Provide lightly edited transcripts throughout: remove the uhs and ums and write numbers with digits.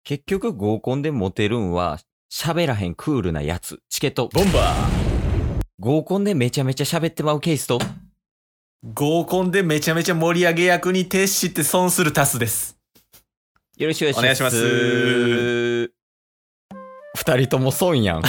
結局合コンでモテるんは喋らへんクールなやつ。チケットボンバー。 合コンでめちゃめちゃ喋ってまうケースと、 合コンでめちゃめちゃ盛り上げ役に徹して損するタスです。 よろしくお願いします。 お願いします。 二人とも損やん。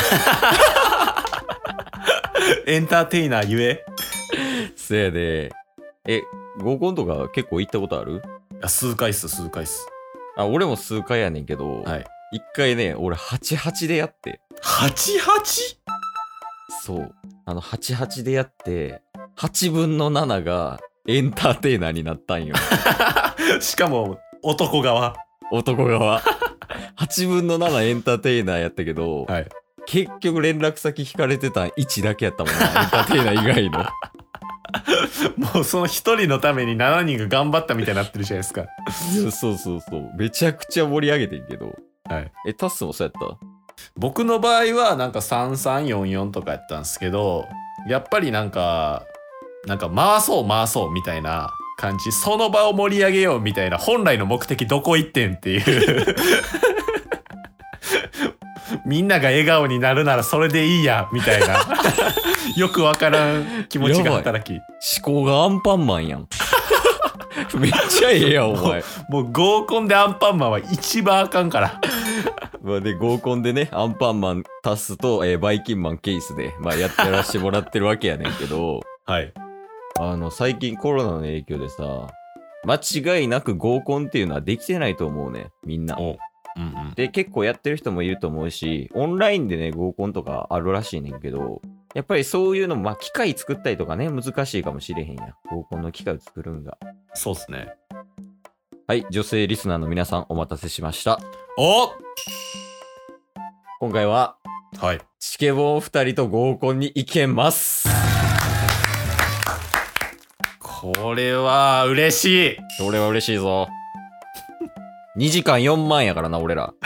エンターテイナーゆえ。 せやで。合コンとか結構行ったことある？ 数回っす。 あ、俺も数回やねんけど、 はい。 一回ね、俺88でやって。 88？ そう。88でやって、8分の7がエンターテイナーになったんよ。 しかも、男側。 男側。8分の7エンターテイナーやったけど、 はい。 結局連絡先引かれてたん1だけやったもんな。エンターテイナー以外の。 もうその一人のために7人が頑張ったみたいになってるじゃないですか。 いや、そう。めちゃくちゃ盛り上げてんけど。 はい。 タッスもそうやった？ 僕の場合はなんか3344とかやったんですけど、やっぱりなんか回そうみたいな感じ、その場を盛り上げようみたいな、本来の目的どこ行ってんっていうみんなが笑顔になるならそれでいいやみたいなよくわからん気持ちが働き、 思考がアンパンマンやん。めっちゃええやんお前。 もう合コンでアンパンマンは一番あかんから。 まあで合コンでね、アンパンマンタスと、バイキンマンケースで、まあ、やってらしてもらってるわけやねんけどはい。 最近コロナの影響でさ、間違いなく合コンっていうのはできてないと思うね、みんな。で結構やってる人もいると思うし、オンラインでね合コンとかあるらしいねんけど、やっぱりそういうのも、まあ機械作ったりとかね、難しいかもしれへんや、合コンの機械を作るんが。 そうっすね。 はい、女性リスナーの皆さんお待たせしました。 お！ 今回ははい。 チケボン2人と合コンに行けます。 これは嬉しい。 これは嬉しいぞ。2時間4万やからな、俺ら。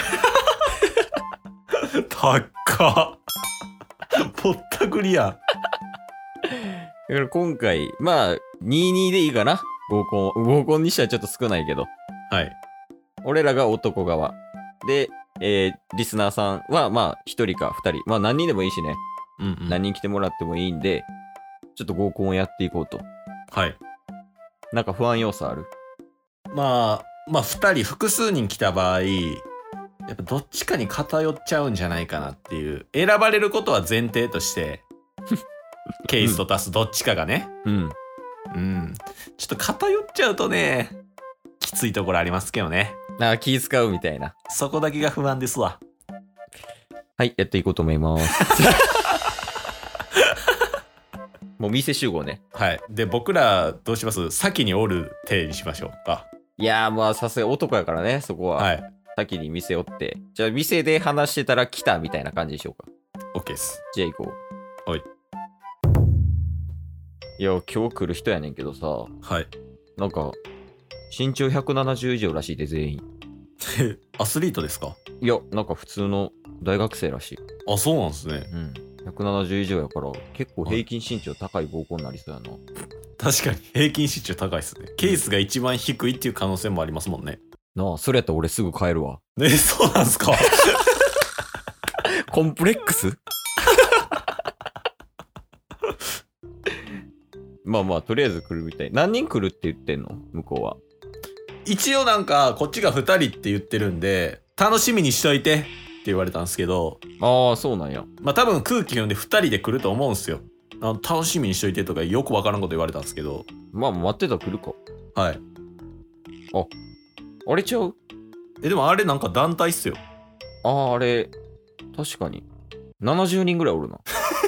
高っ。ぼったくりや。 だから今回、まあ、22でいいかな。合コンにしてはちょっと少ないけど。 はい。 俺らが男側。で、リスナーさんは、まあ、1人か2人。まあ、何人でもいいしね。何人来てもらってもいいんで、ちょっと合コンをやっていこうと。 はい。 なんか不安要素ある？ まあ、2人、複数人来た場合、やっぱどっちかに偏っちゃうんじゃないかなっていう。選ばれることは前提として、ケースと足すどっちかがね。ちょっと偏っちゃうとね、きついところありますけどね。 気使うみたいな。 そこだけが不安ですわ。 はい、やっていこうと思います。もう店集合ね。 はい。で、僕らどうします？先におる体にしましょうか。 いやー、まあさすが男やからね、そこは。 はい。 先に店おって。じゃあ店で話してたら来たみたいな感じでしょうか。 OK です。 じゃあ行こう。 はい。 いや、今日来る人やねんけどさ、 はい。 なんか、身長170以上らしいで全員。 アスリートですか？ いや、なんか普通の大学生らしい。 あ、そうなんですね。 170以上やから、結構平均身長高い合コンになりそうやな。 確かに平均身長高いっすね。ケースが一番低いっていう可能性もありますもんね。 なあ、それやったら俺すぐ帰るわ。 そうなんすか？ コンプレックス？まあまあ、とりあえず来るみたい。何人来るって言ってんの？向こうは。 一応なんか、こっちが2人って言ってるんで、楽しみにしといてって言われたんですけど、 ああ、そうなんや。 まあ多分空気読んで2人で来ると思うんすよ。楽しみにしといてとかよくわからんこと言われたんですけど。 まあ待ってたら来るか。 はい。 あれちゃう？ でもあれなんか団体っすよ。 あれ、確かに。70人ぐらいおるな。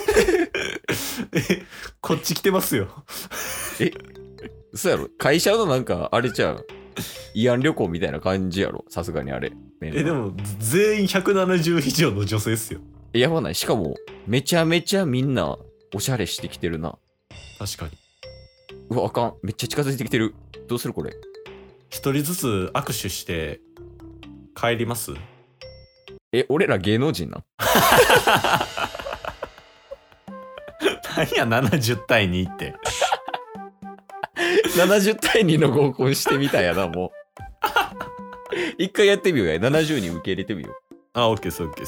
こっち来てますよ。 そうやろ？会社のなんか、あれちゃう？慰安旅行みたいな感じやろ？さすがにあれ。 でも、全員170以上の女性っすよ。 やばない。しかも、めちゃめちゃみんな、おしゃれしてきてるな。 確かに。 うわ、あかん。めっちゃ近づいてきてる。どうするこれ。 一人ずつ握手して帰ります？ 俺ら芸能人な。 何や70対2って。 70対2の合コンしてみたやな、もう。 一回やってみようや。70人受け入れてみよう。 あ、OK です、OK です。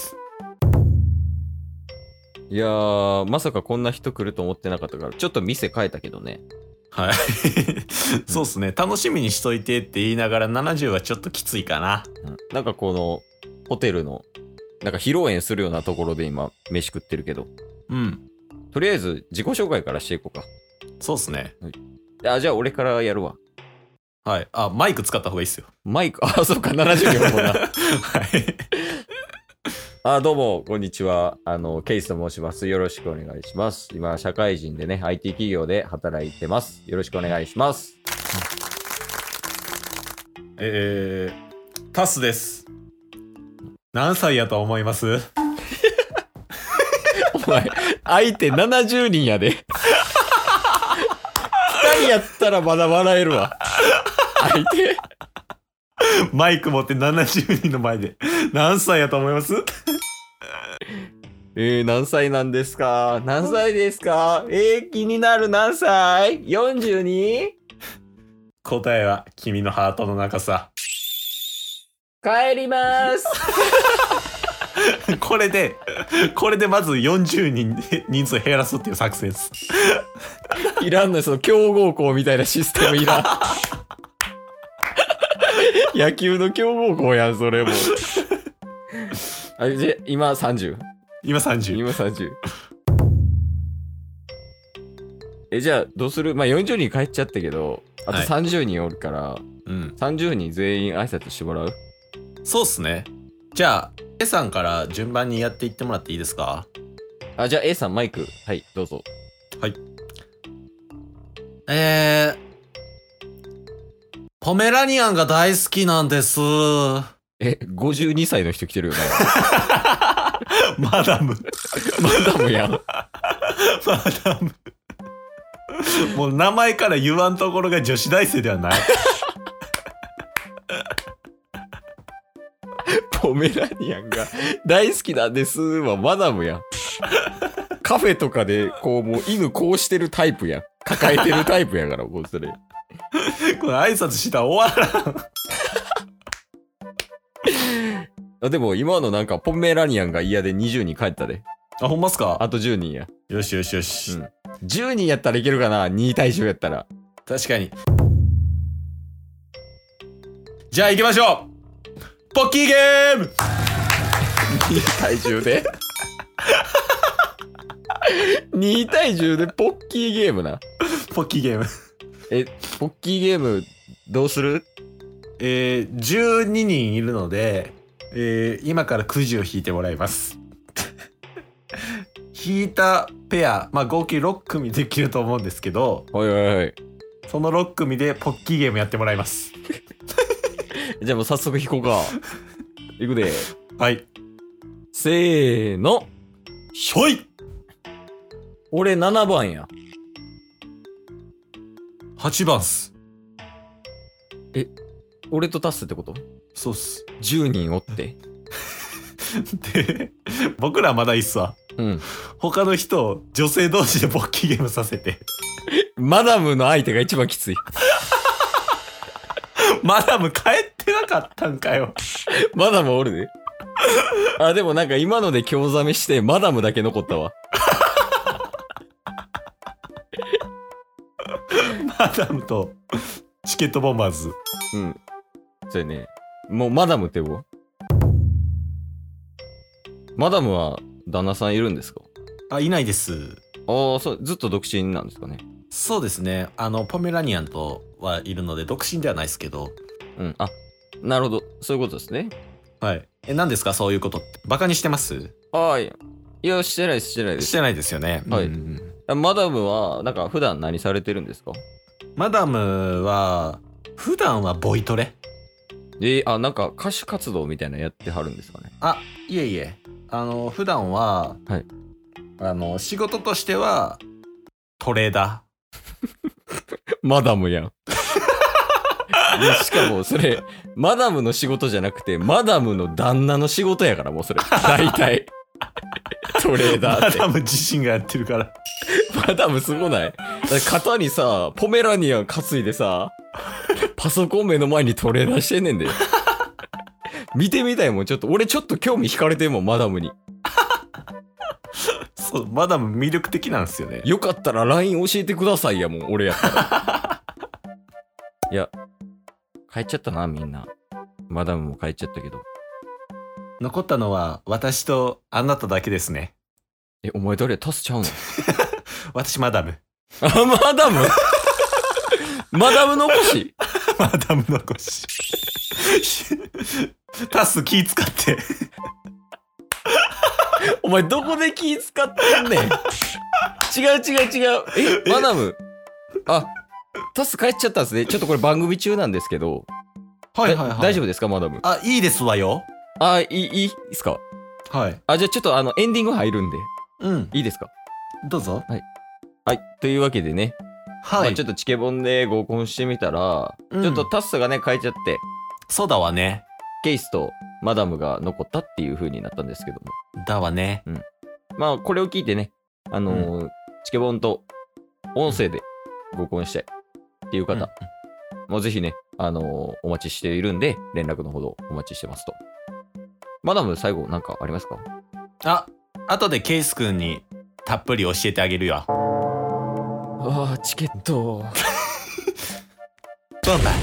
いやー、まさかこんな人来ると思ってなかったから、ちょっと店変えたけどね。 はい。そうっすね。楽しみにしといてって言いながら70はちょっときついかな。 なんかこの、ホテルの、なんか披露宴するようなところで今、飯食ってるけど。 うん。 とりあえず、自己紹介からしていこうか。 そうっすね。 あ、じゃあ俺からやるわ。 はい。あ、マイク使った方がいいっすよ。 マイク、あ、そうか、70人もな。 はい。 あ、どうも、こんにちは。ケイスと申します。よろしくお願いします。今、社会人でね、IT 企業で働いてます。よろしくお願いします。 タスです。何歳やと思います？ お前、相手70人やで。2人やったらまだ笑えるわ。相手。 マイク持って70人の前で何歳やと思います？ 何歳なんですか？何歳ですか？気になる。何歳？ 42？ 答えは君のハートの中さ。 帰ります。 これでまず40人人数減らすっていう作戦です。 いらんのよ、その強豪校みたいなシステムいらん。野球の強豪校やん、それも。あ、じゃ、今30。 今30。 今30。じゃあ、どうする？まあ、40人帰っちゃったけど、あと30人おるから、 うん。 30人全員挨拶してもらう？ そうっすね。じゃあ、A さんから順番にやっていってもらっていいですか？ あ、じゃあ A さんマイク、はい、どうぞ。 はい。ポメラニアンが大好きなんです。 52歳の人来てるよね。 マダム。 マダムやん。 マダム。もう名前から言わんところが女子大生ではない。 ポメラニアンが大好きなんですはマダムやん。カフェとかでこうもう犬こうしてるタイプやん。抱えてるタイプやからもうそれ。 これ挨拶したら終わらん。 あ、でも今のなんかポメラニアンが嫌で20人帰ったで。 あ、ほんまっすか？ あと10人や。 よしよしよし。 うん。10人やったらいけるかな？ 2 対10やったら。 確かに。じゃあ行きましょう。ポッキーゲーム。 2対10で2対10でポッキーゲームな。 ポッキーゲーム。 ポッキーゲームどうする ？12人いるので、今からくじを引いてもらいます。引いたペア、まあ合計6組できると思うんですけど、 はいはいはい。 その6組でポッキーゲームやってもらいます。 じゃあもう早速引こうか。いくで。 はい。 せーの。 ひょい！ 俺7番や。 8番っす。 俺とタスってこと？ そうっす。 10人おって。 で、僕らまだいいっすわ。 うん。 他の人、女性同士でポッキーゲームさせて。 マダムの相手が一番きつい。 マダム帰ってなかったんかよ。 マダムおるで。あ、でもなんか今ので興ざめしてマダムだけ残ったわ。 マダムとチケットボンバーズ。 うん。それね。もうマダムって呼ぼう。マダムは旦那さんいるんですか？ あ、いないです。 ああ、そう、ずっと独身なんですかね。 そうですね。ポメラニアンとはいるので、独身ではないですけど。 うん。あ、なるほど。そういうことですね。 はい。何ですかそういうことって。バカにしてます？ ああ、いや、してないです、してないです。 してないですよね。 はい。 うんマダムは、なんか普段何されてるんですか？ マダムは、普段はボイトレ？ なんか歌手活動みたいなのやってはるんですかね。 あ、いえいえ。普段は、 はい。 仕事としては、トレーダマダムやん。で、しかもそれ、マダムの仕事じゃなくて、マダムの旦那の仕事やから、もうそれ。大体。トレーダーって。 マダム自身がやってるから。 マダムすごない？だって肩にさ、ポメラニアン担いでさ、パソコン目の前にトレーダーしてんねんで。 見てみたいもん。ちょっと俺ちょっと興味惹かれてんもん、マダムに。 そう、マダム魅力的なんですよね。 よかったら LINE 教えてくださいやもん、俺やったら。いや、帰っちゃったな、みんな。マダムも帰っちゃったけど。 残ったのは私とあなただけですね。 お前誰タスちゃうの？ 私マダム。 あ、マダムマダム残しマダム残し。タス気使って。 お前どこで気使ってんねん。違う。マダム。あ、タス帰っちゃったんですね。ちょっとこれ番組中なんですけど。 はい。 大丈夫ですか、マダム。 あ、いいですわよ。 あ、いいですか。 はい。 あ、じゃあちょっとエンディング入るんで。 うん。 いいですか。 どうぞ。 はい。というわけでね。 はい。 ちょっとチケボンで合コンしてみたら、ちょっとタスがね、帰っちゃって。 そうだわね。 ケイスとマダムが残ったっていう風になったんですけども。 だわね。 まあ、これを聞いてね、チケボンと音声で合コンしたいっていう方、もうぜひね、お待ちしているんで、連絡のほどお待ちしてますと。マダム、最後なんかありますか？ 後でケイス君にたっぷり教えてあげるよ。 ああ、チケット。 どうだ？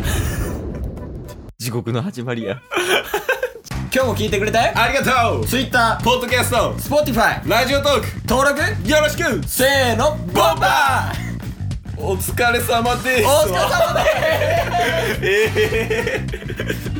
地獄の始まりや。 今日も聞いてくれてありがとう。 Twitter、ポッドキャスト、Spotify、ラジオトーク登録よろしく。せーの、ボンバー。お疲れ様です。お疲れ様です。